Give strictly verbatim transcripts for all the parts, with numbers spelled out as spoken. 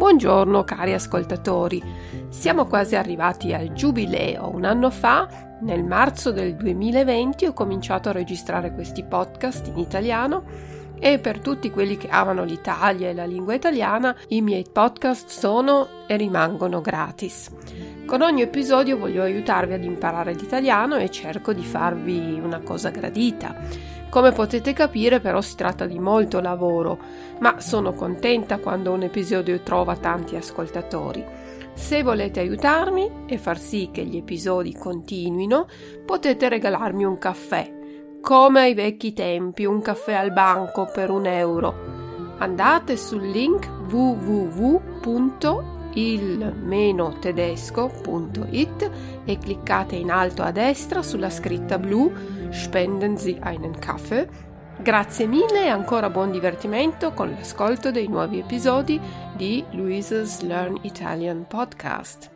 Buongiorno cari ascoltatori, siamo quasi arrivati al giubileo. Un anno fa, nel marzo del duemilaventi, ho cominciato a registrare questi podcast in italiano e per tutti quelli che amano l'Italia e la lingua italiana, i miei podcast sono e rimangono gratis. Con ogni episodio voglio aiutarvi ad imparare l'italiano e cerco di farvi una cosa gradita. Come potete capire, però, si tratta di molto lavoro, ma sono contenta quando un episodio trova tanti ascoltatori. Se volete aiutarmi e far sì che gli episodi continuino, potete regalarmi un caffè, come ai vecchi tempi, un caffè al banco per un euro. Andate sul link w w w punto il tedesco punto it e cliccate in alto a destra sulla scritta blu Spenden Sie einen Kaffee. Grazie mille e ancora buon divertimento con l'ascolto dei nuovi episodi di Louisa's Learn Italian Podcast.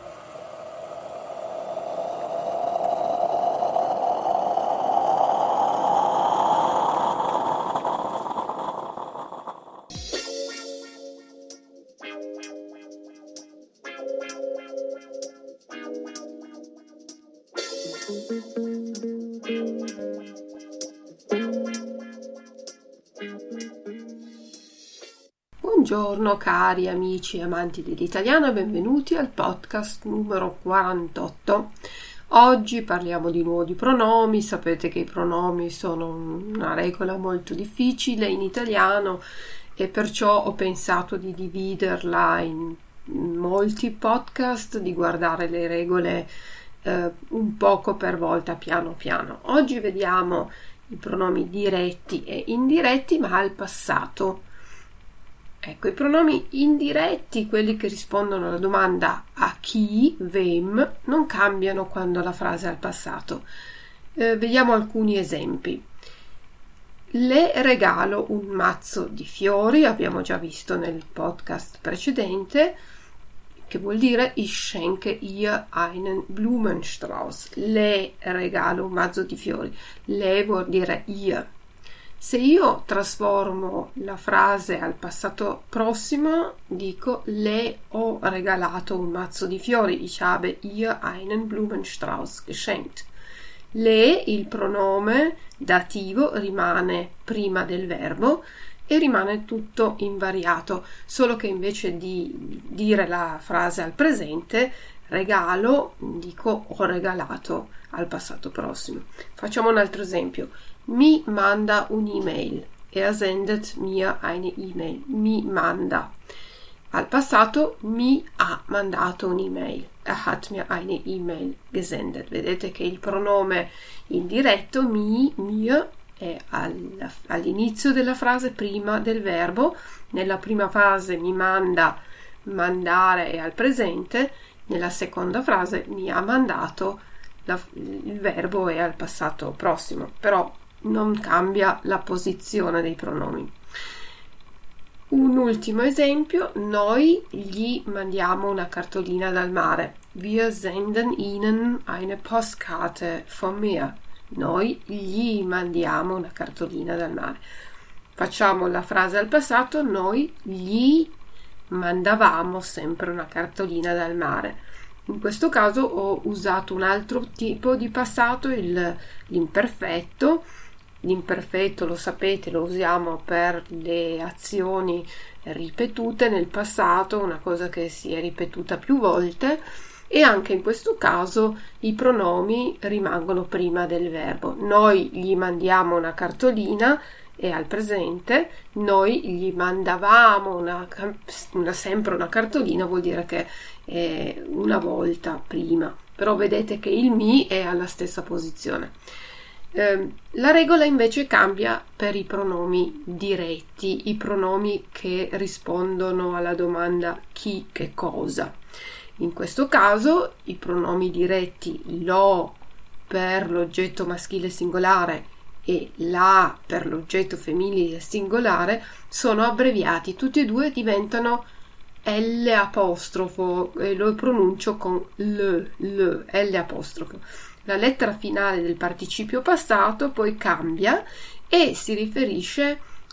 Buongiorno cari amici e amanti dell'italiano e benvenuti al podcast numero quarantotto. Oggi parliamo di nuovo di pronomi. Sapete che i pronomi sono una regola molto difficile in italiano e perciò ho pensato di dividerla in molti podcast, di guardare le regole eh, un poco per volta, piano piano. Oggi vediamo i pronomi diretti e indiretti ma al passato. Ecco, i pronomi indiretti, quelli che rispondono alla domanda a chi, wem, non cambiano quando la frase è al passato. Eh, vediamo alcuni esempi. Le regalo un mazzo di fiori, abbiamo già visto nel podcast precedente, che vuol dire ich schenke ihr einen Blumenstrauß. Le regalo un mazzo di fiori. Le vuol dire ihr. Se io trasformo la frase al passato prossimo, dico le ho regalato un mazzo di fiori. Ich habe ihr einen Blumenstrauß geschenkt. Le, il pronome dativo, rimane prima del verbo e rimane tutto invariato, solo che invece di dire la frase al presente, regalo, dico ho regalato al passato prossimo. Facciamo un altro esempio. Mi manda un'email. Er sendet mir eine E-Mail. Mi manda. Al passato mi ha mandato un'email. Er hat mir eine E-Mail gesendet. Vedete che il pronome indiretto mi, mir è all, all'inizio della frase prima del verbo. Nella prima frase mi manda, mandare è al presente. Nella seconda frase mi ha mandato, la, il verbo è al passato prossimo. Però non cambia la posizione dei pronomi. Un ultimo esempio, noi gli mandiamo una cartolina dal mare. Wir senden ihnen eine Postkarte vom Meer. Noi gli mandiamo una cartolina dal mare. Facciamo la frase al passato, noi gli mandavamo sempre una cartolina dal mare. In questo caso ho usato un altro tipo di passato, il, l'imperfetto. L'imperfetto, lo sapete, lo usiamo per le azioni ripetute nel passato, una cosa che si è ripetuta più volte, e anche in questo caso i pronomi rimangono prima del verbo. Noi gli mandiamo una cartolina e al presente, noi gli mandavamo una, una, sempre una cartolina, vuol dire che è una volta prima, però vedete che il mi è alla stessa posizione. Eh, la regola invece cambia per i pronomi diretti, i pronomi che rispondono alla domanda chi, che cosa. In questo caso i pronomi diretti lo per l'oggetto maschile singolare e la per l'oggetto femminile singolare sono abbreviati, tutti e due diventano L apostrofo e lo pronuncio con L, L, L apostrofo. La lettera finale del participio passato poi cambia e si riferisce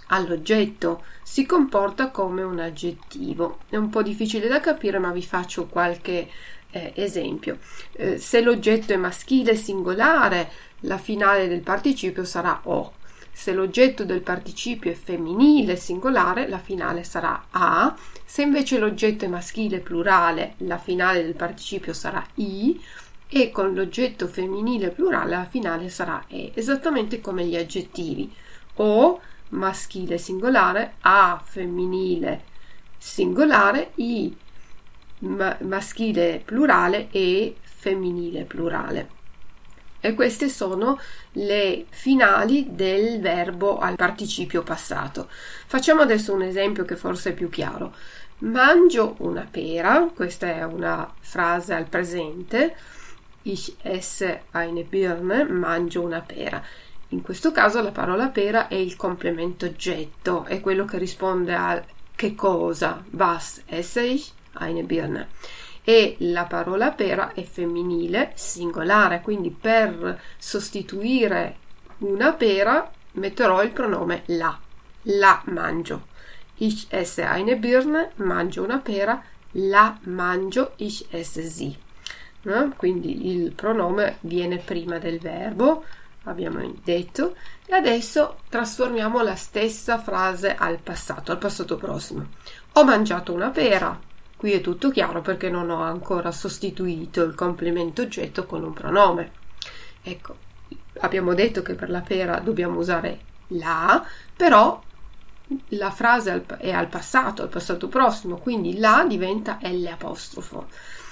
all'oggetto, si comporta come un aggettivo. È un po' difficile da capire, ma vi faccio qualche eh, esempio. Eh, se l'oggetto è maschile singolare, la finale del participio sarà o. Se l'oggetto del participio è femminile singolare, la finale sarà a. Se invece l'oggetto è maschile plurale, la finale del participio sarà i, e con l'oggetto femminile plurale la finale sarà e, esattamente come gli aggettivi. O maschile singolare, a femminile singolare, i ma- maschile plurale e femminile plurale. E queste sono le finali del verbo al participio passato. Facciamo adesso un esempio che forse è più chiaro. Mangio una pera, questa è una frase al presente. Ich esse eine Birne, mangio una pera. In questo caso la parola pera è il complemento oggetto, è quello che risponde a che cosa, was esse ich, eine Birne. E la parola pera è femminile, singolare, quindi per sostituire una pera metterò il pronome la. La mangio. Ich esse eine Birne, mangio una pera, la mangio, ich esse sie. No? Quindi il pronome viene prima del verbo, abbiamo detto, e adesso trasformiamo la stessa frase al passato, al passato prossimo. Ho mangiato una pera. Qui è tutto chiaro perché non ho ancora sostituito il complemento oggetto con un pronome. Ecco, abbiamo detto che per la pera dobbiamo usare la, però la frase è al passato, al passato prossimo, quindi la diventa L apostrofo.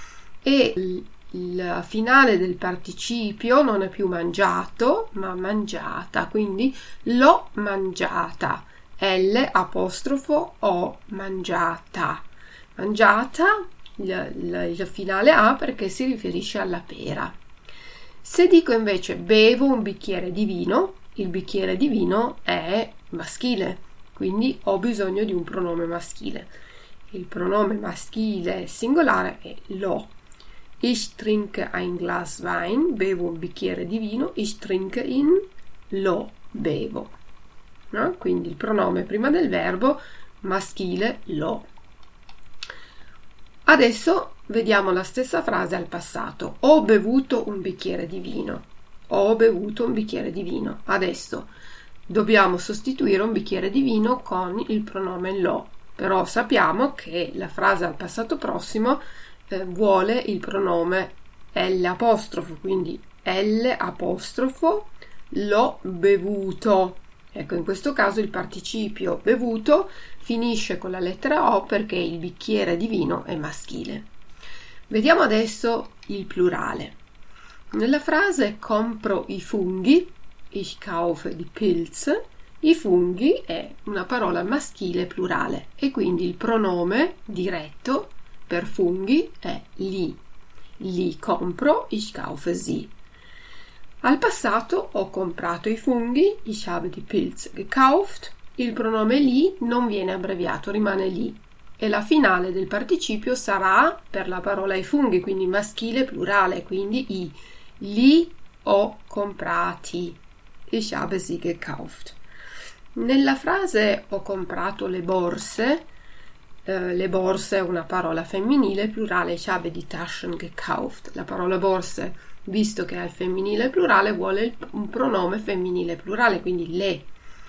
E la finale del participio non è più mangiato, ma mangiata, quindi l'ho mangiata. L apostrofo o mangiata. Mangiata, il finale A perché si riferisce alla pera. Se dico invece bevo un bicchiere di vino, il bicchiere di vino è maschile, quindi ho bisogno di un pronome maschile. Il pronome maschile singolare è lo. Ich trinke ein Glas Wein, bevo un bicchiere di vino, ich trinke ihn, lo bevo. No? Quindi il pronome prima del verbo maschile lo. Adesso vediamo la stessa frase al passato. Ho bevuto un bicchiere di vino. Ho bevuto un bicchiere di vino. Adesso dobbiamo sostituire un bicchiere di vino con il pronome lo. Però sappiamo che la frase al passato prossimo eh, vuole il pronome L apostrofo, quindi L apostrofo l'ho bevuto. Ecco, in questo caso il participio bevuto finisce con la lettera O perché il bicchiere di vino è maschile. Vediamo adesso il plurale. Nella frase compro i funghi, ich kaufe die Pilze, i funghi è una parola maschile plurale e quindi il pronome diretto per funghi è li. Li compro, ich kaufe sie. Al passato ho comprato i funghi, ich habe die Pilze gekauft, il pronome li non viene abbreviato, rimane li e la finale del participio sarà per la parola i funghi, quindi maschile plurale, quindi i. Li ho comprati, ich habe sie gekauft. Nella frase ho comprato le borse, eh, le borse è una parola femminile plurale, ich habe die Taschen gekauft. La parola borse, visto che è al femminile plurale, vuole un pronome femminile plurale, quindi le.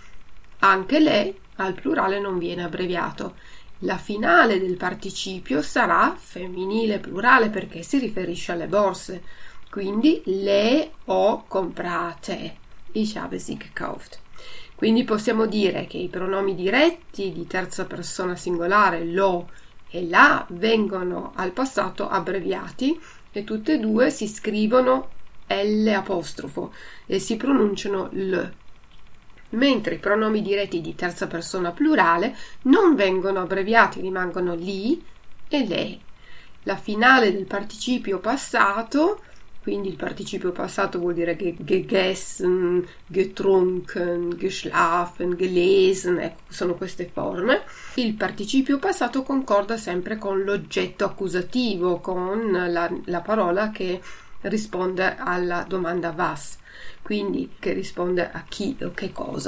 Anche le al plurale non viene abbreviato. La finale del participio sarà femminile plurale perché si riferisce alle borse, quindi le ho comprate, ich habe sie gekauft. Quindi possiamo dire che i pronomi diretti di terza persona singolare lo e la vengono al passato abbreviati e tutte e due si scrivono L apostrofo e si pronunciano l, mentre i pronomi diretti di terza persona plurale non vengono abbreviati, rimangono li e le. La finale del participio passato, quindi il participio passato vuol dire ge- gegessen, getrunken, geschlafen, gelesen, ecco, sono queste forme. Il participio passato concorda sempre con l'oggetto accusativo, con la, la parola che risponde alla domanda was, quindi che risponde a chi o che cosa.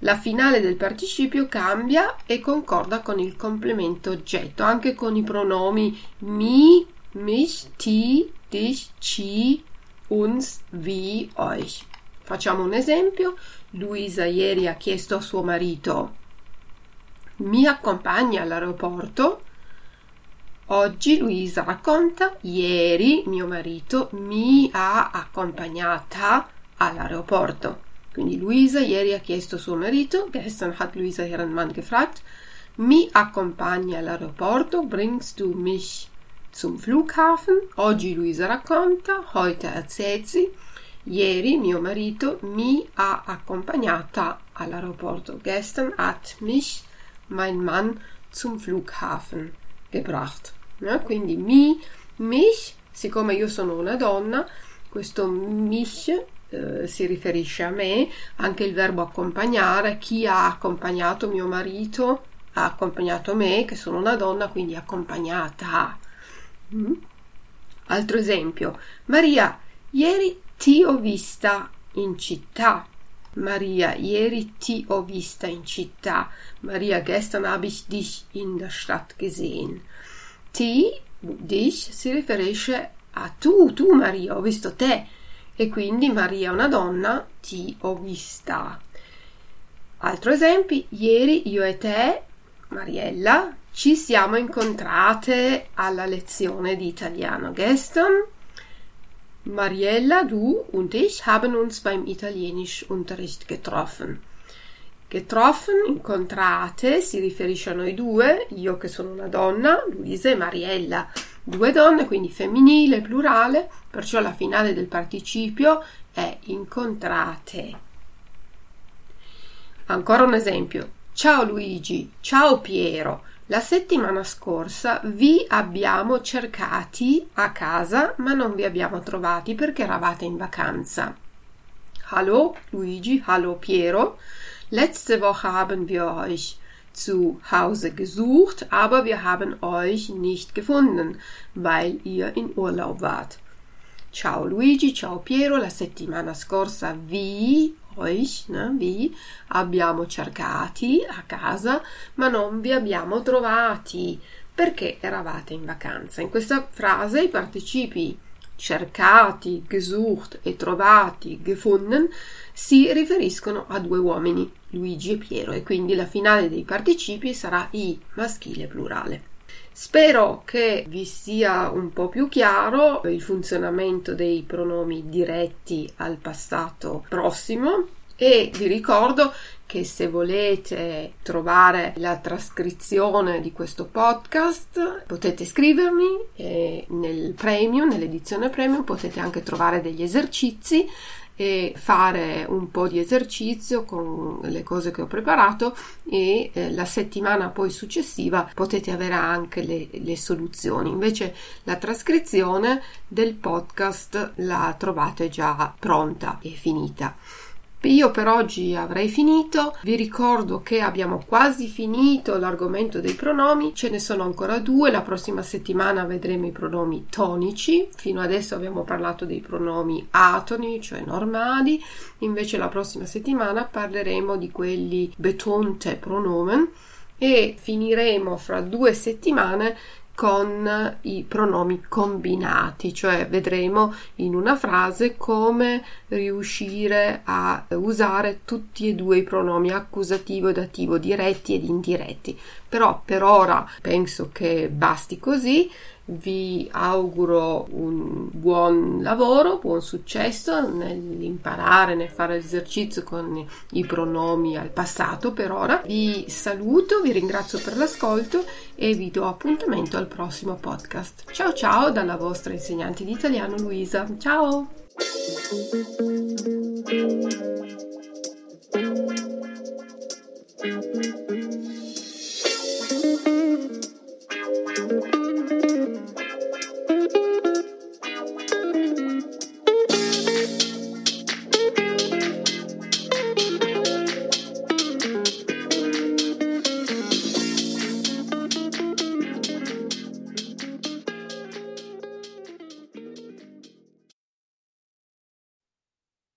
La finale del participio cambia e concorda con il complemento oggetto, anche con i pronomi mi, mich, ti, dich, ci, uns, vi, euch. Facciamo un esempio. Luisa ieri ha chiesto a suo marito: mi accompagni all'aeroporto? Oggi Luisa racconta: ieri mio marito mi ha accompagnata all'aeroporto. Quindi Luisa ieri ha chiesto a suo marito, gestern hat Luisa ihren Mann gefragt, mi accompagni all'aeroporto, bringst du mich zum Flughafen? Oggi Luisa racconta, heute erzählt sie, ieri mio marito mi ha accompagnata all'aeroporto. Gestern hat mich mein Mann zum Flughafen gebracht. Eh? Quindi mi, mich, siccome io sono una donna, questo mich eh, si riferisce a me, anche il verbo accompagnare, chi ha accompagnato mio marito ha accompagnato me, che sono una donna, quindi accompagnata. Mm? Altro esempio, Maria, ieri ti ho vista in città. Maria, ieri ti ho vista in città. Maria, gestern habe ich dich in der Stadt gesehen. Ti, dich, si riferisce a tu, tu Maria, ho visto te. E quindi Maria è una donna, ti ho vista. Altro esempio, ieri io e te, Mariella, ci siamo incontrate alla lezione di italiano. Gestern Mariella, du und ich haben uns beim Italienischunterricht getroffen. Getroffen, incontrate, si riferisce a noi due, io che sono una donna, Luisa e Mariella, due donne, quindi femminile, plurale, perciò la finale del participio è incontrate. Ancora un esempio. Ciao Luigi, ciao Piero. La settimana scorsa vi abbiamo cercati a casa, ma non vi abbiamo trovati perché eravate in vacanza. Hallo Luigi, hallo Piero. Letzte Woche haben wir euch zu Hause gesucht, aber wir haben euch nicht gefunden, weil ihr in Urlaub wart. Ciao Luigi, ciao Piero. La settimana scorsa vi euch, ne, vi abbiamo cercati a casa, ma non vi abbiamo trovati perché eravate in vacanza. In questa frase i participi cercati, gesucht e trovati, gefunden, si riferiscono a due uomini, Luigi e Piero, e quindi la finale dei participi sarà i maschile plurale. Spero che vi sia un po' più chiaro il funzionamento dei pronomi diretti al passato prossimo e vi ricordo che se volete trovare la trascrizione di questo podcast potete scrivermi e nel premium, nell'edizione premium potete anche trovare degli esercizi e fare un po' di esercizio con le cose che ho preparato e eh, la settimana poi successiva potete avere anche le, le soluzioni. Invece la trascrizione del podcast la trovate già pronta e finita. Io per oggi avrei finito, vi ricordo che abbiamo quasi finito l'argomento dei pronomi, ce ne sono ancora due, la prossima settimana vedremo i pronomi tonici, fino adesso abbiamo parlato dei pronomi atoni, cioè normali, invece la prossima settimana parleremo di quelli betonte pronomen e finiremo fra due settimane con i pronomi combinati, cioè vedremo in una frase come riuscire a usare tutti e due i pronomi accusativo e dativo diretti ed indiretti. Però per ora penso che basti così. Vi auguro un buon lavoro, buon successo nell'imparare, nel fare l'esercizio con i pronomi al passato per ora. Vi saluto, vi ringrazio per l'ascolto e vi do appuntamento al prossimo podcast. Ciao ciao dalla vostra insegnante di italiano Luisa. Ciao! Thank you.